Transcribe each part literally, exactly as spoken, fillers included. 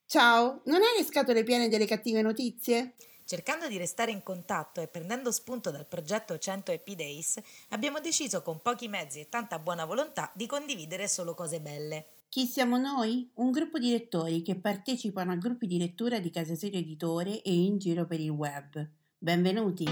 Ciao, non hai le scatole piene delle cattive notizie? Cercando di restare in contatto e prendendo spunto dal progetto cento Happy Days, abbiamo deciso con pochi mezzi e tanta buona volontà di condividere solo cose belle. Chi siamo noi? Un gruppo di lettori che partecipano a gruppi di lettura di Casa Serio Editore e in giro per il web. Benvenuti!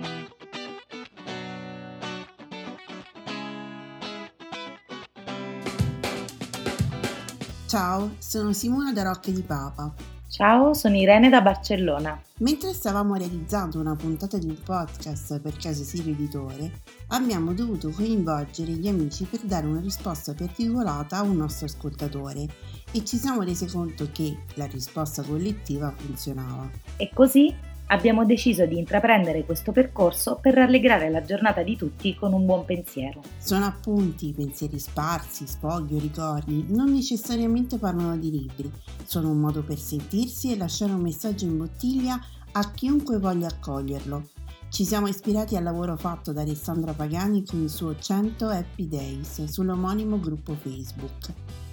Ciao, sono Simona da Rocche di Papa. Ciao, sono Irene da Barcellona. Mentre stavamo realizzando una puntata di un podcast per Casa Serio Editore, abbiamo dovuto coinvolgere gli amici per dare una risposta particolata a un nostro ascoltatore e ci siamo resi conto che la risposta collettiva funzionava. E così abbiamo deciso di intraprendere questo percorso per rallegrare la giornata di tutti con un buon pensiero. Sono appunti, pensieri sparsi, sfoghi o ricordi, non necessariamente parlano di libri, sono un modo per sentirsi e lasciare un messaggio in bottiglia a chiunque voglia accoglierlo. Ci siamo ispirati al lavoro fatto da Alessandra Pagani con il suo cento Happy Days sull'omonimo gruppo Facebook.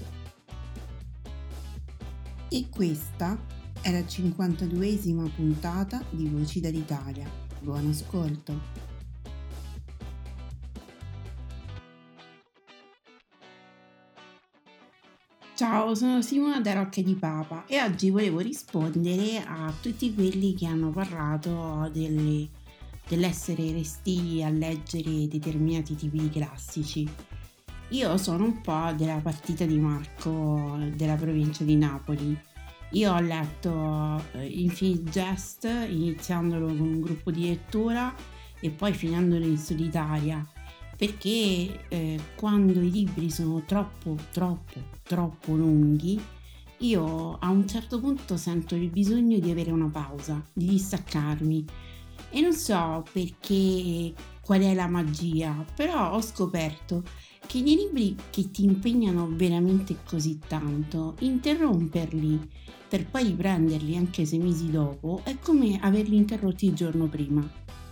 E questa è la cinquantaduesima puntata di Voci dall'Italia. Buon ascolto! Ciao, sono Simona da Rocche di Papa e oggi volevo rispondere a tutti quelli che hanno parlato delle, dell'essere restii a leggere determinati tipi di classici. Io sono un po' della partita di Marco della provincia di Napoli. Io ho letto Infinite Jest iniziandolo con un gruppo di lettura e poi finendolo in solitaria, perché eh, quando i libri sono troppo, troppo, troppo lunghi, io a un certo punto sento il bisogno di avere una pausa, di distaccarmi. E non so perché, qual è la magia, però ho scoperto che nei libri che ti impegnano veramente così tanto, interromperli per poi riprenderli anche sei mesi dopo è come averli interrotti il giorno prima.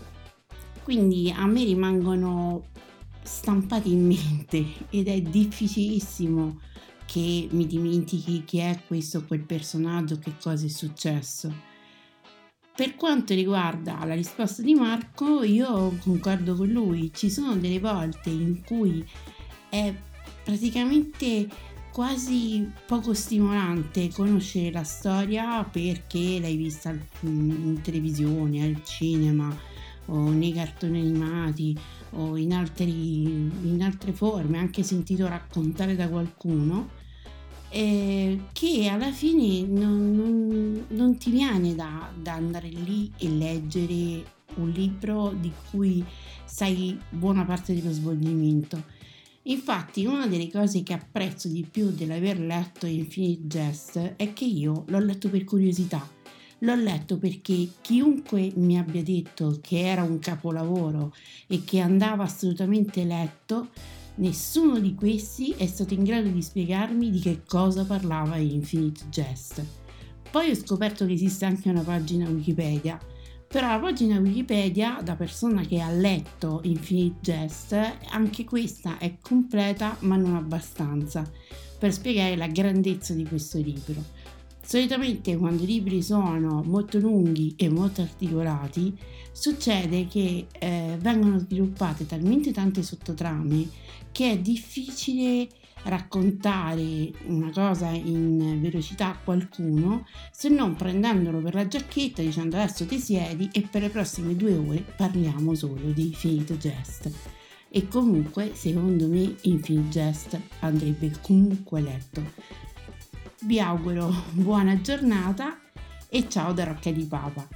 Quindi a me rimangono stampati in mente ed è difficilissimo che mi dimentichi chi è questo o quel personaggio, che cosa è successo. Per quanto riguarda la risposta di Marco, io concordo con lui, ci sono delle volte in cui è praticamente quasi poco stimolante conoscere la storia perché l'hai vista in televisione, al cinema o nei cartoni animati o in, altri, in altre forme, anche sentito raccontare da qualcuno, eh, che alla fine non, non, non ti viene da, da andare lì e leggere un libro di cui sai buona parte dello svolgimento. Infatti una delle cose che apprezzo di più dell'aver letto Infinite Jest è che io l'ho letto per curiosità. L'ho letto perché chiunque mi abbia detto che era un capolavoro e che andava assolutamente letto, nessuno di questi è stato in grado di spiegarmi di che cosa parlava Infinite Jest. Poi ho scoperto che esiste anche una pagina Wikipedia, però la pagina Wikipedia, da persona che ha letto Infinite Jest, anche questa è completa ma non abbastanza per spiegare la grandezza di questo libro. Solitamente quando i libri sono molto lunghi e molto articolati succede che eh, vengono sviluppate talmente tante sottotrame che è difficile raccontare una cosa in velocità a qualcuno se non prendendolo per la giacchetta dicendo adesso ti siedi e per le prossime due ore parliamo solo di Infinite Jest. E comunque secondo me Infinite Jest andrebbe comunque letto. Vi auguro buona giornata e ciao da Rocca di Papa.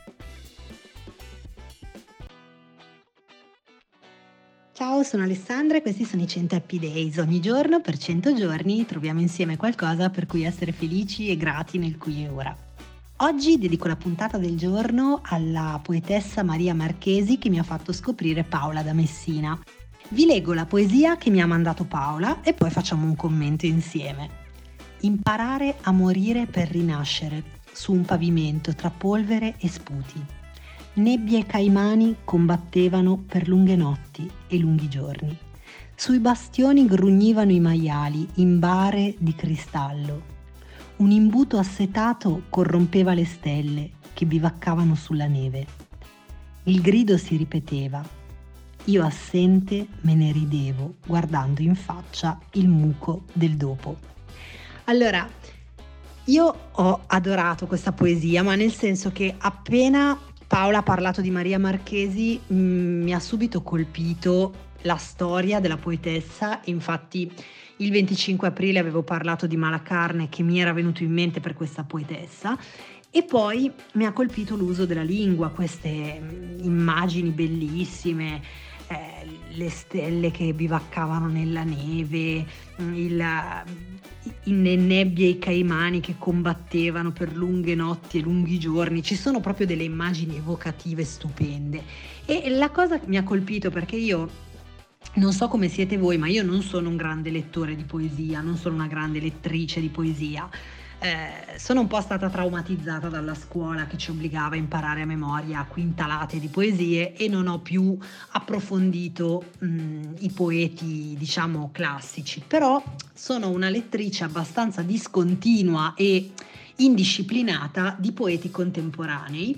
Ciao, sono Alessandra e questi sono i cento Happy Days. Ogni giorno per cento giorni troviamo insieme qualcosa per cui essere felici e grati nel qui e ora. Oggi dedico la puntata del giorno alla poetessa Maria Marchesi che mi ha fatto scoprire Paola da Messina. Vi leggo la poesia che mi ha mandato Paola e poi facciamo un commento insieme. Imparare a morire per rinascere su un pavimento tra polvere e sputi. Nebbie e caimani combattevano per lunghe notti e lunghi giorni. Sui bastioni grugnivano i maiali in bare di cristallo. un imbuto assetato corrompeva le stelle che bivaccavano sulla neve. Il grido si ripeteva. Io assente me ne ridevo, guardando in faccia il muco del dopo. Allora, io ho adorato questa poesia, ma nel senso che appena Paola ha parlato di Maria Marchesi mh, mi ha subito colpito la storia della poetessa. Infatti il venticinque aprile avevo parlato di Malacarne, che mi era venuto in mente per questa poetessa, e poi mi ha colpito l'uso della lingua, queste mh, immagini bellissime, eh, le stelle che bivaccavano nella neve, il, in nebbie i caimani che combattevano per lunghe notti e lunghi giorni. Ci sono proprio delle immagini evocative stupende, e la cosa che mi ha colpito, perché io non so come siete voi, ma io non sono un grande lettore di poesia, non sono una grande lettrice di poesia. Eh, sono un po' stata traumatizzata dalla scuola che ci obbligava a imparare a memoria quintalate di poesie, e non ho più approfondito mh, i poeti, diciamo, classici. Però sono una lettrice abbastanza discontinua e indisciplinata di poeti contemporanei,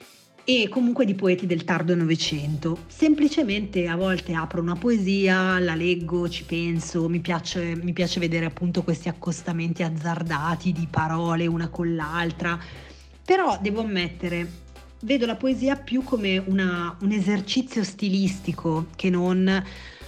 e comunque di poeti del tardo Novecento. Semplicemente a volte apro una poesia, la leggo, ci penso, mi piace, mi piace vedere appunto questi accostamenti azzardati di parole una con l'altra, però devo ammettere, vedo la poesia più come una, un esercizio stilistico che non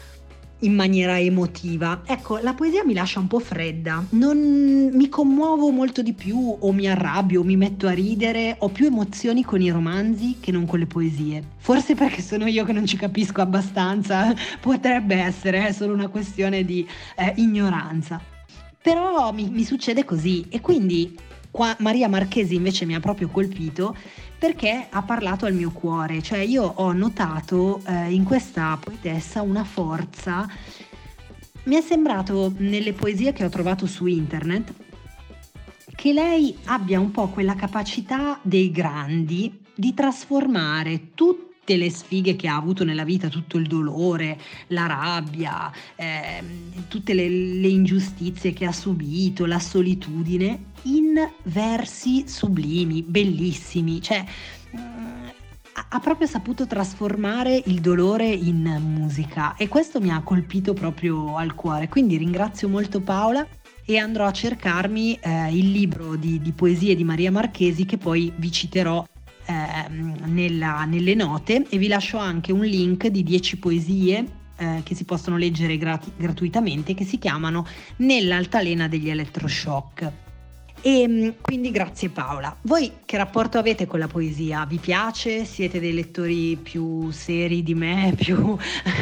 in maniera emotiva. Ecco, la poesia mi lascia un po' fredda, non mi commuovo molto di più, o mi arrabbio, o mi metto a ridere, ho più emozioni con i romanzi che non con le poesie. Forse perché sono io che non ci capisco abbastanza, potrebbe essere, è solo una questione di eh, ignoranza. Però mi, mi succede così, e quindi qua Maria Marchesi invece mi ha proprio colpito, perché ha parlato al mio cuore. Cioè io ho notato eh, in questa poetessa una forza. Mi è sembrato, nelle poesie che ho trovato su internet, che lei abbia un po' quella capacità dei grandi di trasformare tutte le sfighe che ha avuto nella vita, tutto il dolore, la rabbia, eh, tutte le, le ingiustizie che ha subito, la solitudine, in versi sublimi, bellissimi. Cioè ha proprio saputo trasformare il dolore in musica, e questo mi ha colpito proprio al cuore. Quindi ringrazio molto Paola, e andrò a cercarmi eh, il libro di, di poesie di Maria Marchesi, che poi vi citerò eh, nella, nelle note, e vi lascio anche un link di dieci poesie eh, che si possono leggere grat- gratuitamente, che si chiamano Nell'altalena degli elettroshock. E quindi grazie Paola. Voi che rapporto avete con la poesia? Vi piace? Siete dei lettori più seri di me, più,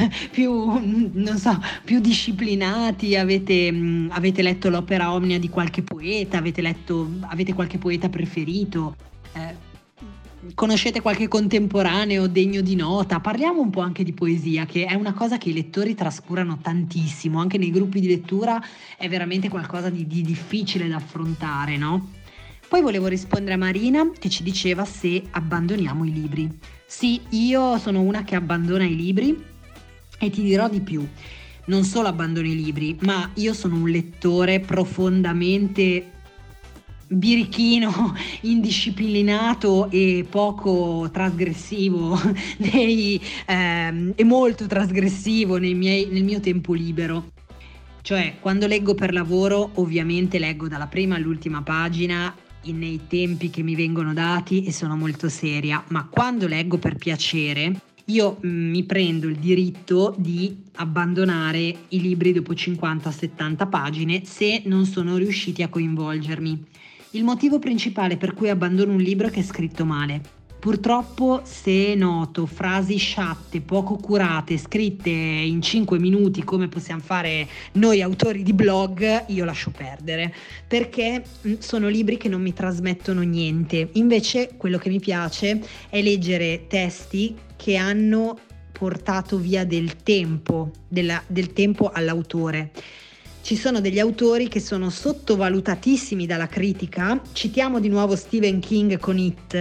più non so, più disciplinati? Avete, avete letto l'opera omnia di qualche poeta? Avete letto, avete qualche poeta preferito? Eh, conoscete qualche contemporaneo degno di nota? Parliamo un po' anche di poesia, che è una cosa che i lettori trascurano tantissimo. Anche nei gruppi di lettura è veramente qualcosa di, di difficile da affrontare, no? Poi volevo rispondere a Marina, che ci diceva se abbandoniamo i libri. Sì, io sono una che abbandona i libri, e ti dirò di più. Non solo abbandono i libri, ma io sono un lettore profondamente birichino, indisciplinato e poco trasgressivo nei, ehm, e molto trasgressivo nei miei, nel mio tempo libero. Cioè, quando leggo per lavoro, ovviamente leggo dalla prima all'ultima pagina in, nei tempi che mi vengono dati, e sono molto seria, ma quando leggo per piacere io mh, mi prendo il diritto di abbandonare i libri dopo cinquanta settanta pagine se non sono riusciti a coinvolgermi. Il motivo principale per cui abbandono un libro è che è scritto male. Purtroppo, se noto frasi sciatte, poco curate, scritte in cinque minuti come possiamo fare noi autori di blog, io lascio perdere, perché sono libri che non mi trasmettono niente. Invece quello che mi piace è leggere testi che hanno portato via del tempo, della, del tempo all'autore. Ci sono degli autori che sono sottovalutatissimi dalla critica. Citiamo di nuovo Stephen King con It.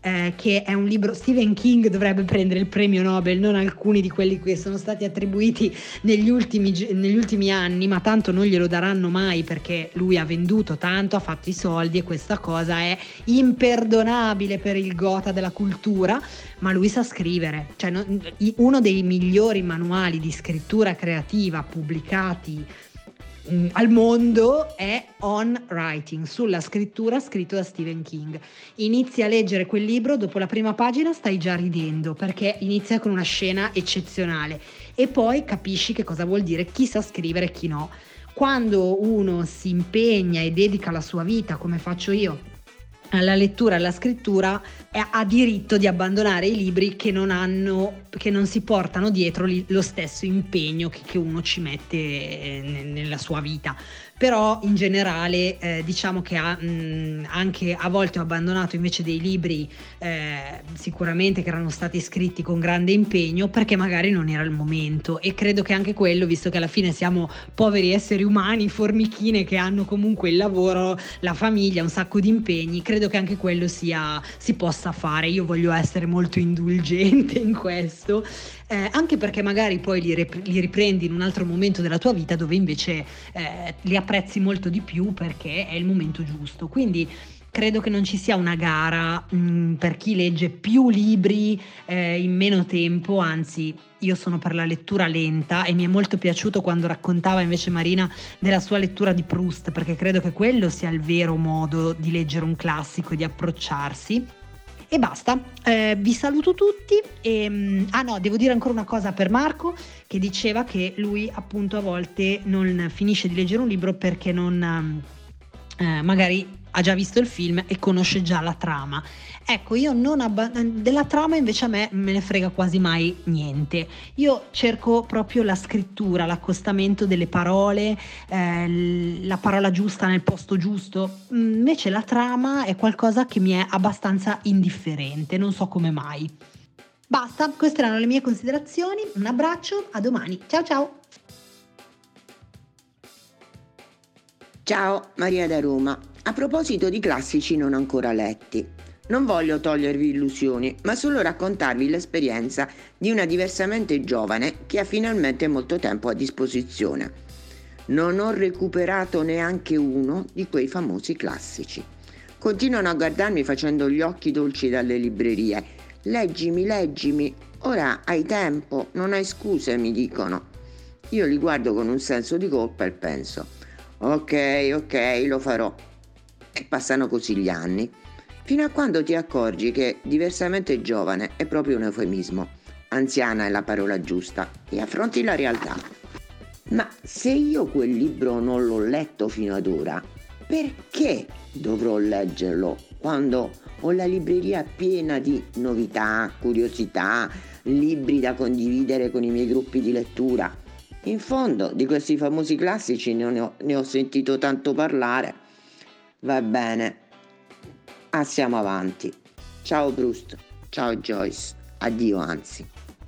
eh, che è un libro, Stephen King dovrebbe prendere il premio Nobel, non alcuni di quelli che sono stati attribuiti negli ultimi, negli ultimi anni, ma tanto non glielo daranno mai perché lui ha venduto tanto, ha fatto i soldi e questa cosa è imperdonabile per il gotha della cultura, ma lui sa scrivere, cioè no, uno dei migliori manuali di scrittura creativa pubblicati al mondo è On Writing, sulla scrittura, scritto da Stephen King. Inizi a leggere quel libro, dopo la prima pagina stai già ridendo perché inizia con una scena eccezionale e poi capisci che cosa vuol dire chi sa scrivere e chi no. Quando uno si impegna e dedica la sua vita, come faccio io, alla lettura e alla scrittura, ha diritto di abbandonare i libri che non hanno, che non si portano dietro lo stesso impegno che, che uno ci mette nella sua vita. Però in generale eh, diciamo che ha, mh, anche a volte ho abbandonato invece dei libri eh, sicuramente che erano stati scritti con grande impegno perché magari non era il momento, e credo che anche quello, visto che alla fine siamo poveri esseri umani, formichine che hanno comunque il lavoro, la famiglia, un sacco di impegni, credo che anche quello sia, si possa fare. Io voglio essere molto indulgente in questo, eh, anche perché magari poi li, rep- li riprendi in un altro momento della tua vita dove invece eh, li apprezzi molto di più perché è il momento giusto. Quindi credo che non ci sia una gara mh, per chi legge più libri eh, in meno tempo, anzi io sono per la lettura lenta e mi è molto piaciuto quando raccontava invece Marina della sua lettura di Proust, perché credo che quello sia il vero modo di leggere un classico e di approcciarsi. E basta, eh, vi saluto tutti e, mh, ah no, devo dire ancora una cosa per Marco, che diceva che lui appunto a volte non finisce di leggere un libro perché non eh, magari ha già visto il film e conosce già la trama. Ecco, io non abba- della trama invece a me me ne frega quasi mai niente. Io cerco proprio la scrittura, l'accostamento delle parole, eh, la parola giusta nel posto giusto. Invece la trama è qualcosa che mi è abbastanza indifferente, non so come mai. Basta, queste erano le mie considerazioni. Un abbraccio, a domani. Ciao ciao! Ciao, Maria da Roma. A proposito di classici non ancora letti, non voglio togliervi illusioni, ma solo raccontarvi l'esperienza di una diversamente giovane che ha finalmente molto tempo a disposizione. Non ho recuperato neanche uno di quei famosi classici. Continuano a guardarmi facendo gli occhi dolci dalle librerie. Leggimi, leggimi, ora hai tempo, non hai scuse, mi dicono. Io li guardo con un senso di colpa e penso, ok, ok, lo farò. E passano così gli anni, fino a quando ti accorgi che diversamente giovane è proprio un eufemismo, anziana è la parola giusta, e affronti la realtà. Ma se io quel libro non l'ho letto fino ad ora, perché dovrò leggerlo quando ho la libreria piena di novità, curiosità, libri da condividere con i miei gruppi di lettura? In fondo di questi famosi classici ne ho, ne ho sentito tanto parlare. Va bene, passiamo avanti. Ciao Proust, ciao Joyce, addio anzi.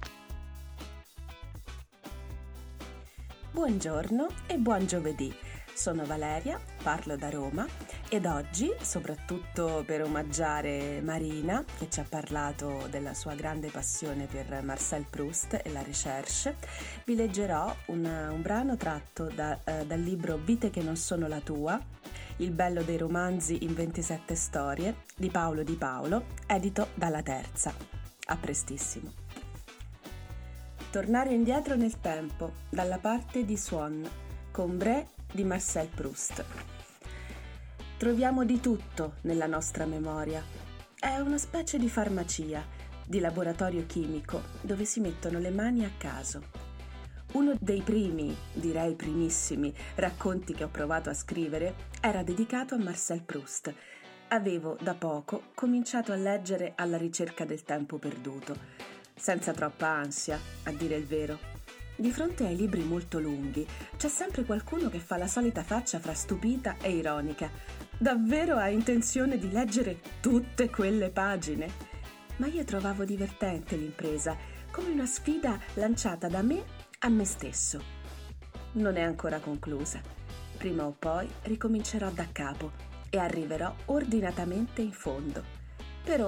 Buongiorno e buon giovedì. Sono Valeria, parlo da Roma ed oggi, soprattutto per omaggiare Marina, che ci ha parlato della sua grande passione per Marcel Proust e la recherche, vi leggerò un, un brano tratto da, eh, dal libro Vite che non sono la tua, il bello dei romanzi in ventisette storie di Paolo Di Paolo, edito dalla Terza. A prestissimo. Tornare indietro nel tempo, dalla parte di Swann, con Bré di Marcel Proust. Troviamo di tutto nella nostra memoria. È una specie di farmacia, di laboratorio chimico, dove si mettono le mani a caso. Uno dei primi, direi primissimi, racconti che ho provato a scrivere era dedicato a Marcel Proust. Avevo da poco cominciato a leggere alla ricerca del tempo perduto, senza troppa ansia, a dire il vero. Di fronte ai libri molto lunghi c'è sempre qualcuno che fa la solita faccia fra stupita e ironica. Davvero hai intenzione di leggere tutte quelle pagine? Ma io trovavo divertente l'impresa, come una sfida lanciata da me a me stesso. Non è ancora conclusa. Prima o poi ricomincerò da capo e arriverò ordinatamente in fondo. Per ora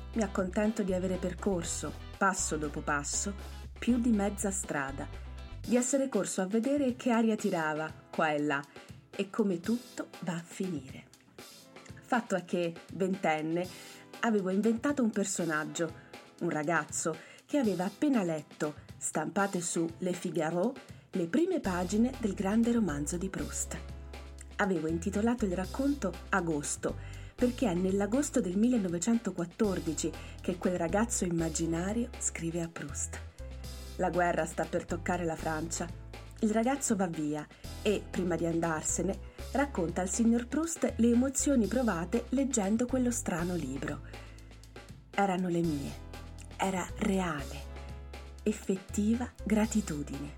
mi accontento di avere percorso, passo dopo passo, più di mezza strada, di essere corso a vedere che aria tirava qua e là e come tutto va a finire. Fatto è che, ventenne, avevo inventato un personaggio, un ragazzo che aveva appena letto, stampate su Le Figaro, le prime pagine del grande romanzo di Proust. Avevo intitolato il racconto Agosto, perché è nell'agosto del millenovecentoquattordici che quel ragazzo immaginario scrive a Proust. La guerra sta per toccare la Francia. Il ragazzo va via e, prima di andarsene, racconta al signor Proust le emozioni provate leggendo quello strano libro. Erano le mie. Era reale, effettiva gratitudine.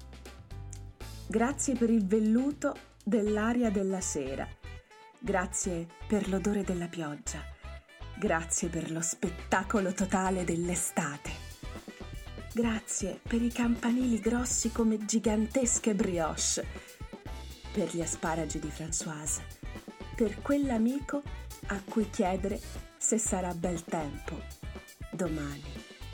Grazie per il velluto dell'aria della sera. Grazie per l'odore della pioggia. Grazie per lo spettacolo totale dell'estate. Grazie per i campanili grossi come gigantesche brioche. Per gli asparagi di Françoise. Per quell'amico a cui chiedere se sarà bel tempo domani.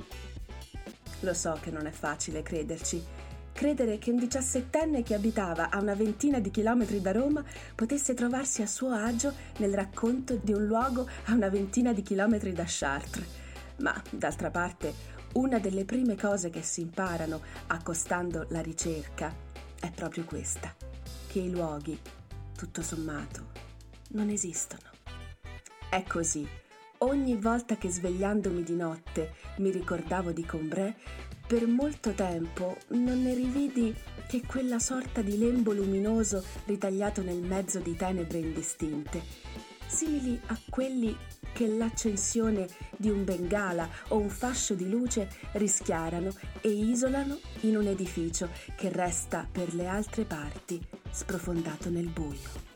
Lo so che non è facile crederci. Credere che un diciassettenne che abitava a una ventina di chilometri da Roma potesse trovarsi a suo agio nel racconto di un luogo a una ventina di chilometri da Chartres. Ma, d'altra parte, una delle prime cose che si imparano accostando la ricerca è proprio questa, che i luoghi, tutto sommato, non esistono. È così. Ogni volta che svegliandomi di notte mi ricordavo di Combray, per molto tempo non ne rividi che quella sorta di lembo luminoso ritagliato nel mezzo di tenebre indistinte, simili a quelli che l'accensione di un bengala o un fascio di luce rischiarano e isolano in un edificio che resta per le altre parti sprofondato nel buio.